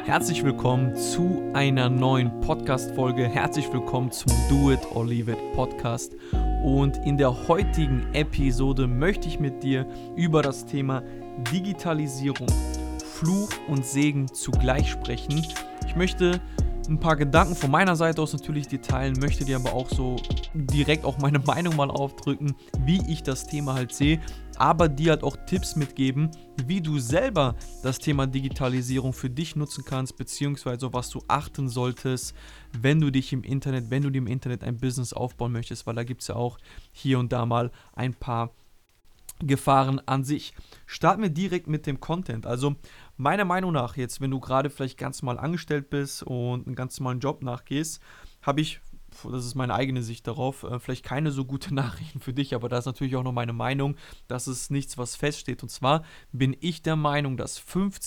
Herzlich willkommen zu einer neuen Podcast-Folge. Herzlich willkommen zum Do It or Leave It Podcast. Und in der heutigen Episode möchte ich mit dir über das Thema Digitalisierung, Fluch und Segen zugleich sprechen. Ich möchte ein paar Gedanken von meiner Seite aus natürlich dir teilen, möchte dir aber auch so direkt auch meine Meinung mal aufdrücken, wie ich das Thema halt sehe, aber dir halt auch Tipps mitgeben, wie du selber das Thema Digitalisierung für dich nutzen kannst, beziehungsweise was du achten solltest, wenn du dir im Internet ein Business aufbauen möchtest, weil da gibt es ja auch hier und da mal ein paar Gefahren an sich. Starten wir direkt mit dem Content. Also meiner Meinung nach jetzt, wenn du gerade vielleicht ganz normal angestellt bist und einen ganz normalen Job nachgehst, habe ich, das ist meine eigene Sicht darauf, vielleicht keine so gute Nachrichten für dich, aber da ist natürlich auch noch meine Meinung, das ist nichts, was feststeht. Und zwar bin ich der Meinung, dass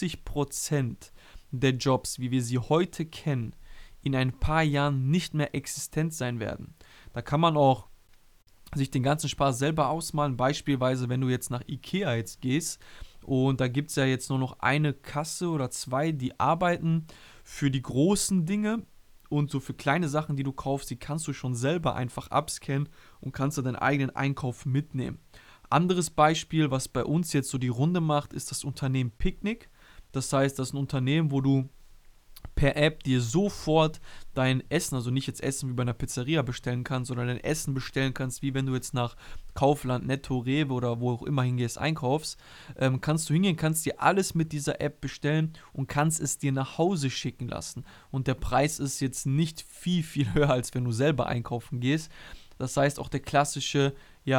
50% der Jobs, wie wir sie heute kennen, in ein paar Jahren nicht mehr existent sein werden. Da kann man auch sich den ganzen Spaß selber ausmalen. Beispielsweise, wenn du jetzt nach Ikea jetzt gehst und da gibt es ja jetzt nur noch eine Kasse oder zwei, die arbeiten für die großen Dinge und so für kleine Sachen, die du kaufst, die kannst du schon selber einfach abscannen und kannst du deinen eigenen Einkauf mitnehmen. Anderes Beispiel, was bei uns jetzt so die Runde macht, ist das Unternehmen Picnic. Das heißt, das ist ein Unternehmen, wo du per App dir sofort dein Essen, also nicht jetzt Essen wie bei einer Pizzeria bestellen kannst, sondern dein Essen bestellen kannst, wie wenn du jetzt nach Kaufland, Netto, Rewe oder wo auch immer hingehst, einkaufst, kannst du hingehen, kannst dir alles mit dieser App bestellen und kannst es dir nach Hause schicken lassen. Und der Preis ist jetzt nicht viel höher, als wenn du selber einkaufen gehst. Das heißt, auch der klassische,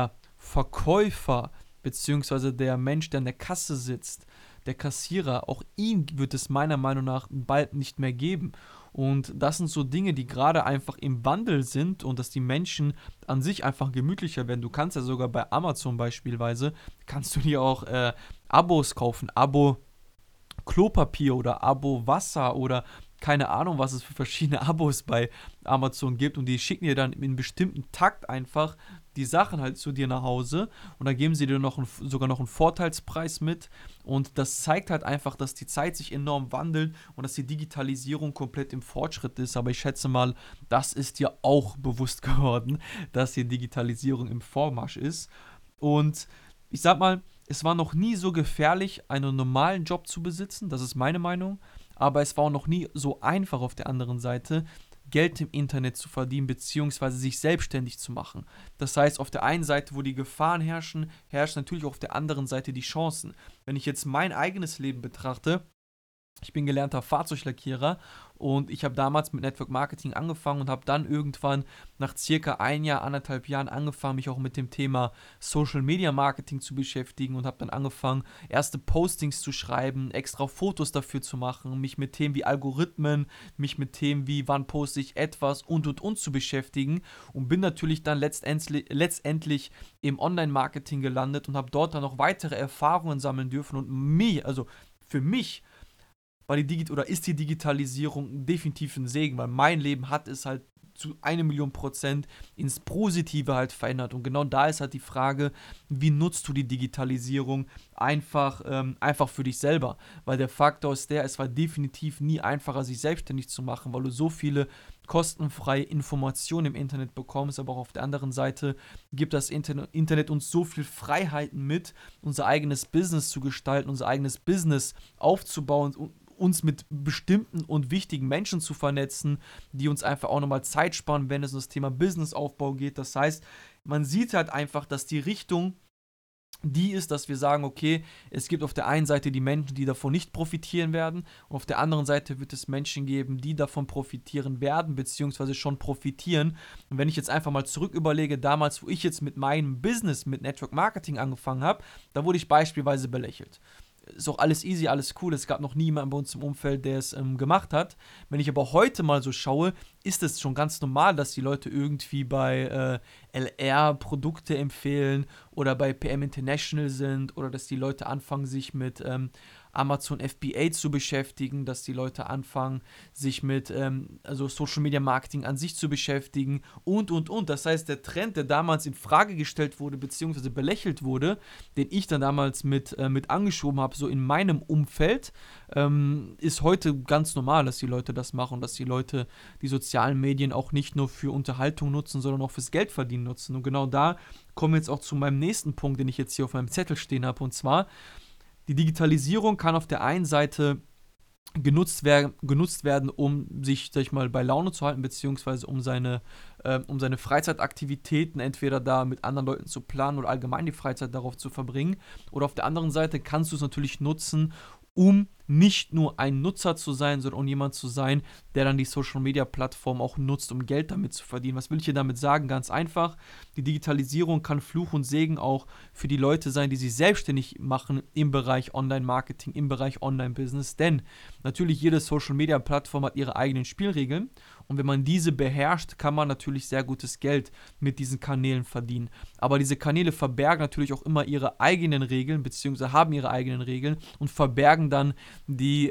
Verkäufer, beziehungsweise der Mensch, der an der Kasse sitzt, der Kassierer, auch ihn wird es meiner Meinung nach bald nicht mehr geben. Und das sind so Dinge, die gerade einfach im Wandel sind und dass die Menschen an sich einfach gemütlicher werden. Du kannst ja sogar bei Amazon beispielsweise, kannst du dir auch Abos kaufen, Abo Klopapier oder Abo Wasser oder keine Ahnung, was es für verschiedene Abos bei Amazon gibt und die schicken dir dann in bestimmten Takt einfach die Sachen halt zu dir nach Hause und da geben sie dir sogar noch einen Vorteilspreis mit und das zeigt halt einfach, dass die Zeit sich enorm wandelt und dass die Digitalisierung komplett im Fortschritt ist, aber ich schätze mal, das ist dir auch bewusst geworden, dass die Digitalisierung im Vormarsch ist und ich sag mal, es war noch nie so gefährlich, einen normalen Job zu besitzen, das ist meine Meinung, aber es war auch noch nie so einfach auf der anderen Seite, Geld im Internet zu verdienen, beziehungsweise sich selbstständig zu machen. Das heißt, auf der einen Seite, wo die Gefahren herrschen, herrschen natürlich auch auf der anderen Seite die Chancen. Wenn ich jetzt mein eigenes Leben betrachte, ich bin gelernter Fahrzeuglackierer und ich habe damals mit Network Marketing angefangen und habe dann irgendwann nach circa 1 Jahr, 1,5 Jahren angefangen, mich auch mit dem Thema Social Media Marketing zu beschäftigen und habe dann angefangen, erste Postings zu schreiben, extra Fotos dafür zu machen, mich mit Themen wie Algorithmen, mich mit Themen wie wann poste ich etwas und zu beschäftigen und bin natürlich dann letztendlich im Online-Marketing gelandet und habe dort dann noch weitere Erfahrungen sammeln dürfen und für mich ist die Digitalisierung definitiv ein Segen, weil mein Leben hat es halt zu 1 Million% ins Positive halt verändert. Und genau da ist halt die Frage, wie nutzt du die Digitalisierung einfach für dich selber? Weil der Faktor ist es war definitiv nie einfacher, sich selbstständig zu machen, weil du so viele kostenfreie Informationen im Internet bekommst, aber auch auf der anderen Seite gibt das Internet uns so viel Freiheiten mit, unser eigenes Business zu gestalten, unser eigenes Business aufzubauen und uns mit bestimmten und wichtigen Menschen zu vernetzen, die uns einfach auch nochmal Zeit sparen, wenn es um das Thema Businessaufbau geht. Das heißt, man sieht halt einfach, dass die Richtung die ist, dass wir sagen, okay, es gibt auf der einen Seite die Menschen, die davon nicht profitieren werden und auf der anderen Seite wird es Menschen geben, die davon profitieren werden, beziehungsweise schon profitieren. Und wenn ich jetzt einfach mal zurück überlege, damals, wo ich jetzt mit meinem Business, mit Network Marketing angefangen habe, da wurde ich beispielsweise belächelt. Ist auch alles easy, alles cool. Es gab noch niemanden bei uns im Umfeld, der es gemacht hat. Wenn ich aber heute mal so schaue, ist es schon ganz normal, dass die Leute irgendwie bei LR Produkte empfehlen oder bei PM International sind oder dass die Leute anfangen, sich mit Amazon FBA zu beschäftigen, dass die Leute anfangen, sich mit also Social Media Marketing an sich zu beschäftigen und. Das heißt, der Trend, der damals in Frage gestellt wurde, beziehungsweise belächelt wurde, den ich dann damals mit angeschoben habe, so in meinem Umfeld, ist heute ganz normal, dass die Leute das machen, dass die Leute die sozialen Medien auch nicht nur für Unterhaltung nutzen, sondern auch fürs Geldverdienen nutzen. Und genau da kommen wir jetzt auch zu meinem nächsten Punkt, den ich jetzt hier auf meinem Zettel stehen habe, und zwar: Die Digitalisierung kann auf der einen Seite genutzt werden, um sich, sag ich mal, bei Laune zu halten, beziehungsweise um seine Freizeitaktivitäten entweder da mit anderen Leuten zu planen oder allgemein die Freizeit darauf zu verbringen. Oder auf der anderen Seite kannst du es natürlich nutzen, um nicht nur ein Nutzer zu sein, sondern um jemand zu sein, der dann die Social-Media-Plattform auch nutzt, um Geld damit zu verdienen. Was will ich hier damit sagen? Ganz einfach: Die Digitalisierung kann Fluch und Segen auch für die Leute sein, die sich selbstständig machen im Bereich Online-Marketing, im Bereich Online-Business. Denn natürlich jede Social-Media-Plattform hat ihre eigenen Spielregeln. Und wenn man diese beherrscht, kann man natürlich sehr gutes Geld mit diesen Kanälen verdienen. Aber diese Kanäle verbergen natürlich auch immer ihre eigenen Regeln, beziehungsweise haben ihre eigenen Regeln und verbergen dann die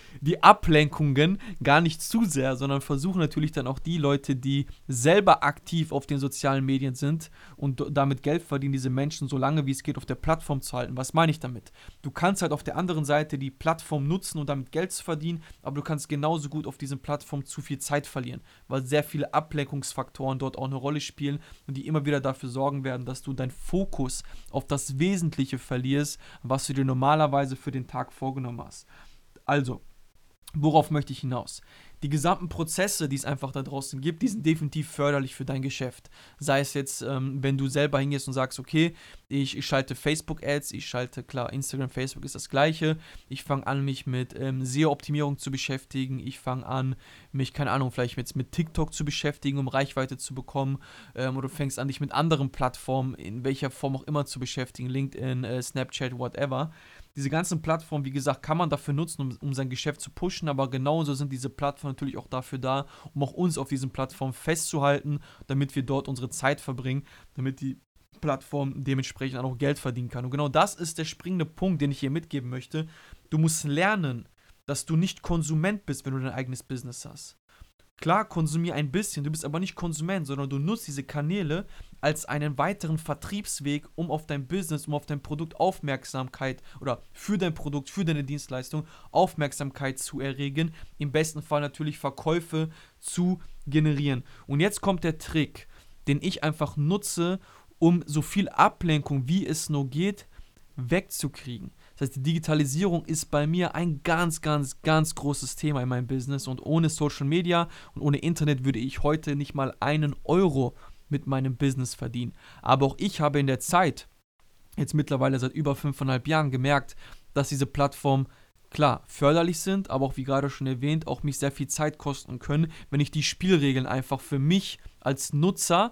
Ablenkungen gar nicht zu sehr, sondern versuchen natürlich dann auch die Leute, die selber aktiv auf den sozialen Medien sind und damit Geld verdienen, diese Menschen so lange wie es geht auf der Plattform zu halten. Was meine ich damit? Du kannst halt auf der anderen Seite die Plattform nutzen, um damit Geld zu verdienen, aber du kannst genauso gut auf diesen Plattformen zu viel Zeit verlieren, weil sehr viele Ablenkungsfaktoren dort auch eine Rolle spielen und die immer wieder dafür sorgen werden, dass du deinen Fokus auf das Wesentliche verlierst, was du dir normalerweise für den Tag vorgenommen hast. Also, worauf möchte ich hinaus? Die gesamten Prozesse, die es einfach da draußen gibt, die sind definitiv förderlich für dein Geschäft. Sei es jetzt, wenn du selber hingehst und sagst, okay, ich schalte Facebook-Ads, ich schalte, klar, Instagram, Facebook ist das Gleiche. Ich fange an, mich mit SEO-Optimierung zu beschäftigen. Ich fange an, mich, keine Ahnung, vielleicht jetzt mit TikTok zu beschäftigen, um Reichweite zu bekommen. Oder du fängst an, dich mit anderen Plattformen, in welcher Form auch immer, zu beschäftigen. LinkedIn, Snapchat, whatever. Diese ganzen Plattformen, wie gesagt, kann man dafür nutzen, um sein Geschäft zu pushen, aber genauso sind diese Plattformen natürlich auch dafür da, um auch uns auf diesen Plattformen festzuhalten, damit wir dort unsere Zeit verbringen, damit die Plattform dementsprechend auch Geld verdienen kann. Und genau das ist der springende Punkt, den ich hier mitgeben möchte. Du musst lernen, dass du nicht Konsument bist, wenn du dein eigenes Business hast. Klar, konsumier ein bisschen, du bist aber nicht Konsument, sondern du nutzt diese Kanäle als einen weiteren Vertriebsweg, um auf dein Business, um auf dein Produkt Aufmerksamkeit oder für dein Produkt, für deine Dienstleistung Aufmerksamkeit zu erregen, im besten Fall natürlich Verkäufe zu generieren. Und jetzt kommt der Trick, den ich einfach nutze, um so viel Ablenkung, wie es nur geht, wegzukriegen. Das heißt, die Digitalisierung ist bei mir ein ganz, ganz, ganz großes Thema in meinem Business und ohne Social Media und ohne Internet würde ich heute nicht mal einen Euro mit meinem Business verdienen. Aber auch ich habe in der Zeit, jetzt mittlerweile seit über 5,5 Jahren, gemerkt, dass diese Plattformen klar förderlich sind, aber auch, wie gerade schon erwähnt, auch mich sehr viel Zeit kosten können, wenn ich die Spielregeln einfach für mich als Nutzer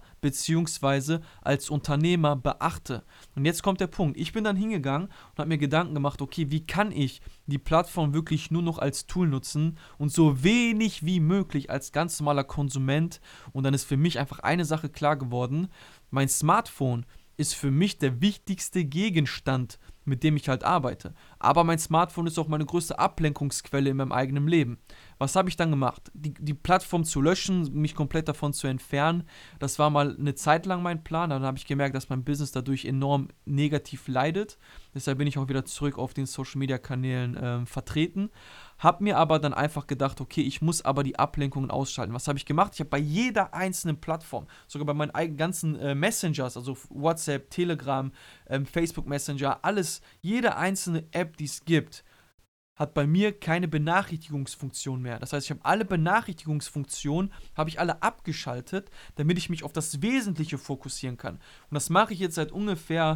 bzw. als Unternehmer beachte. Und jetzt kommt der Punkt. Ich bin dann hingegangen und habe mir Gedanken gemacht, okay, wie kann ich die Plattform wirklich nur noch als Tool nutzen und so wenig wie möglich als ganz normaler Konsument. Und dann ist für mich einfach eine Sache klar geworden: Mein Smartphone ist für mich der wichtigste Gegenstand, mit dem ich halt arbeite. Aber mein Smartphone ist auch meine größte Ablenkungsquelle in meinem eigenen Leben. Was habe ich dann gemacht? Die Plattform zu löschen, mich komplett davon zu entfernen, das war mal eine Zeit lang mein Plan. Dann habe ich gemerkt, dass mein Business dadurch enorm negativ leidet. Deshalb bin ich auch wieder zurück auf den Social-Media-Kanälen vertreten. Habe mir aber dann einfach gedacht, okay, ich muss aber die Ablenkungen ausschalten. Was habe ich gemacht? Ich habe bei jeder einzelnen Plattform, sogar bei meinen eigenen ganzen Messengers, also WhatsApp, Telegram, Facebook Messenger, alles, jede einzelne App, die es gibt, hat bei mir keine Benachrichtigungsfunktion mehr. Das heißt, ich habe alle Benachrichtigungsfunktionen, habe ich alle abgeschaltet, damit ich mich auf das Wesentliche fokussieren kann. Und das mache ich jetzt seit ungefähr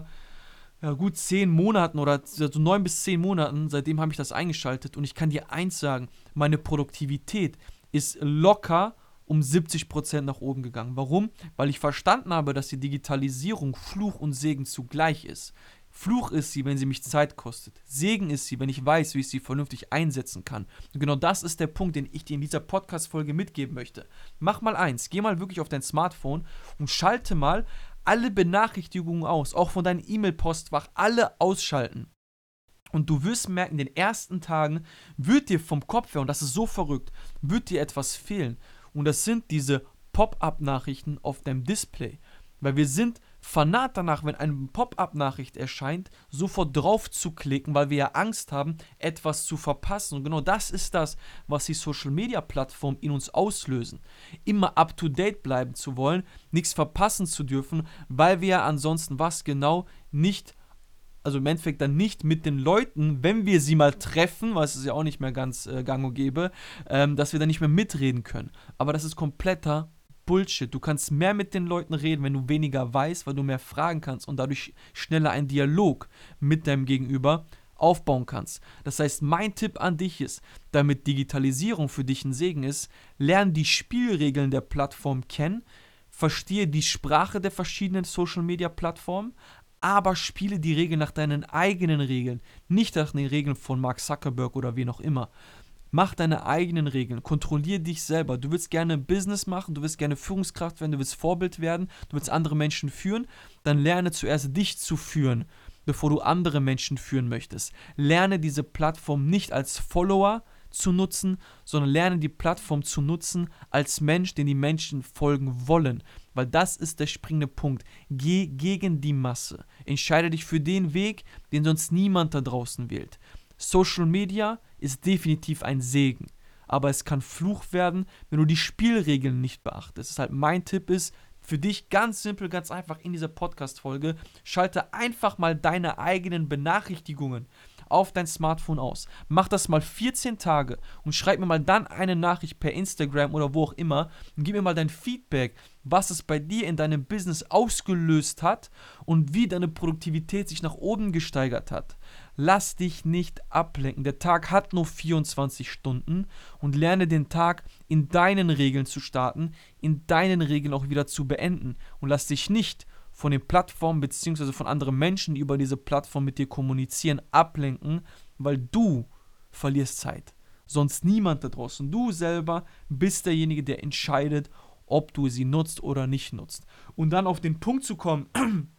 gut 10 Monaten oder so 9 bis 10 Monaten, seitdem habe ich das eingeschaltet und ich kann dir eins sagen: Meine Produktivität ist locker um 70% nach oben gegangen. Warum? Weil ich verstanden habe, dass die Digitalisierung Fluch und Segen zugleich ist. Fluch ist sie, wenn sie mich Zeit kostet. Segen ist sie, wenn ich weiß, wie ich sie vernünftig einsetzen kann. Und genau das ist der Punkt, den ich dir in dieser Podcast-Folge mitgeben möchte. Mach mal eins, geh mal wirklich auf dein Smartphone und schalte mal alle Benachrichtigungen aus, auch von deinem E-Mail-Postfach, alle ausschalten. Und du wirst merken, in den ersten Tagen wird dir vom Kopf her, und das ist so verrückt, wird dir etwas fehlen. Und das sind diese Pop-up-Nachrichten auf deinem Display. Weil wir sind Fanat danach, wenn eine Pop-up-Nachricht erscheint, sofort drauf zu klicken, weil wir ja Angst haben, etwas zu verpassen. Und genau das ist das, was die Social-Media-Plattformen in uns auslösen. Immer up-to-date bleiben zu wollen, nichts verpassen zu dürfen, weil wir ja ansonsten im Endeffekt dann nicht mit den Leuten, wenn wir sie mal treffen, was es ja auch nicht mehr ganz gang und gäbe, dass wir dann nicht mehr mitreden können. Aber das ist kompletter Bullshit. Du kannst mehr mit den Leuten reden, wenn du weniger weißt, weil du mehr fragen kannst und dadurch schneller einen Dialog mit deinem Gegenüber aufbauen kannst. Das heißt, mein Tipp an dich ist, damit Digitalisierung für dich ein Segen ist, lerne die Spielregeln der Plattform kennen, verstehe die Sprache der verschiedenen Social-Media-Plattformen, aber spiele die Regeln nach deinen eigenen Regeln, nicht nach den Regeln von Mark Zuckerberg oder wen auch immer. Mach deine eigenen Regeln, kontrolliere dich selber. Du willst gerne Business machen, du willst gerne Führungskraft werden, du willst Vorbild werden, du willst andere Menschen führen, dann lerne zuerst dich zu führen, bevor du andere Menschen führen möchtest. Lerne diese Plattform nicht als Follower zu nutzen, sondern lerne die Plattform zu nutzen als Mensch, den die Menschen folgen wollen. Weil das ist der springende Punkt. Geh gegen die Masse. Entscheide dich für den Weg, den sonst niemand da draußen wählt. Social Media ist definitiv ein Segen, aber es kann Fluch werden, wenn du die Spielregeln nicht beachtest. Das ist halt mein Tipp ist, für dich ganz simpel, ganz einfach in dieser Podcast-Folge, schalte einfach mal deine eigenen Benachrichtigungen auf dein Smartphone aus. Mach das mal 14 Tage und schreib mir mal dann eine Nachricht per Instagram oder wo auch immer und gib mir mal dein Feedback, was es bei dir in deinem Business ausgelöst hat und wie deine Produktivität sich nach oben gesteigert hat. Lass dich nicht ablenken. Der Tag hat nur 24 Stunden und lerne den Tag in deinen Regeln zu starten, in deinen Regeln auch wieder zu beenden und lass dich nicht von den Plattformen bzw. von anderen Menschen, die über diese Plattform mit dir kommunizieren, ablenken, weil du verlierst Zeit. Sonst niemand da draußen. Du selber bist derjenige, der entscheidet, ob du sie nutzt oder nicht nutzt. Und dann auf den Punkt zu kommen,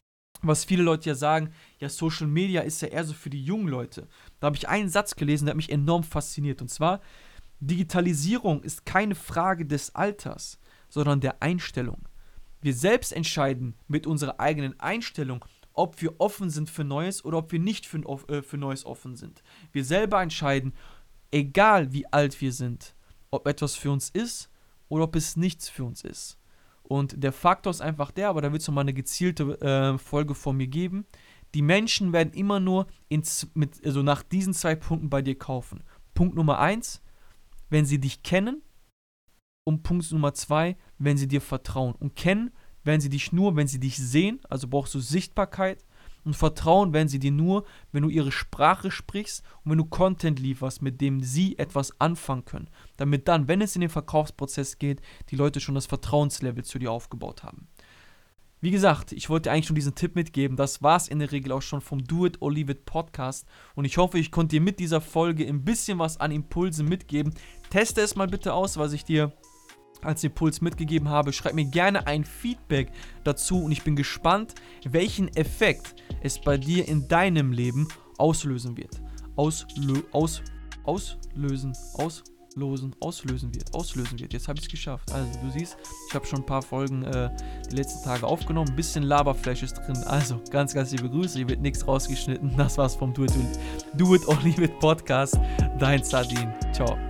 was viele Leute ja sagen, ja, Social Media ist ja eher so für die jungen Leute. Da habe ich einen Satz gelesen, der hat mich enorm fasziniert. Und zwar, Digitalisierung ist keine Frage des Alters, sondern der Einstellung. Wir selbst entscheiden mit unserer eigenen Einstellung, ob wir offen sind für Neues oder ob wir nicht für Neues offen sind. Wir selber entscheiden, egal wie alt wir sind, ob etwas für uns ist oder ob es nichts für uns ist. Und der Faktor ist einfach der, aber da wird es nochmal eine gezielte Folge von mir geben, die Menschen werden immer nur nach diesen 2 Punkten bei dir kaufen. Punkt Nummer 1, wenn sie dich kennen. Und Punkt Nummer 2, wenn sie dir vertrauen. Und kennen werden sie dich nur, wenn sie dich sehen, also brauchst du Sichtbarkeit. Und vertrauen werden sie dir nur, wenn du ihre Sprache sprichst und wenn du Content lieferst, mit dem sie etwas anfangen können. Damit dann, wenn es in den Verkaufsprozess geht, die Leute schon das Vertrauenslevel zu dir aufgebaut haben. Wie gesagt, ich wollte dir eigentlich schon diesen Tipp mitgeben. Das war es in der Regel auch schon vom Do It or Leave It Podcast. Und ich hoffe, ich konnte dir mit dieser Folge ein bisschen was an Impulsen mitgeben. Teste es mal bitte aus, was ich dir als Impuls mitgegeben habe. Schreib mir gerne ein Feedback dazu und ich bin gespannt, welchen Effekt es bei dir in deinem Leben auslösen wird. Auslösen wird. Jetzt habe ich es geschafft. Also du siehst, ich habe schon ein paar Folgen die letzten Tage aufgenommen. Ein bisschen Laberfleisch ist drin. Also ganz, ganz liebe Grüße. Hier wird nichts rausgeschnitten. Das war's vom Do It or Leave It Podcast. Dein Sardin. Ciao.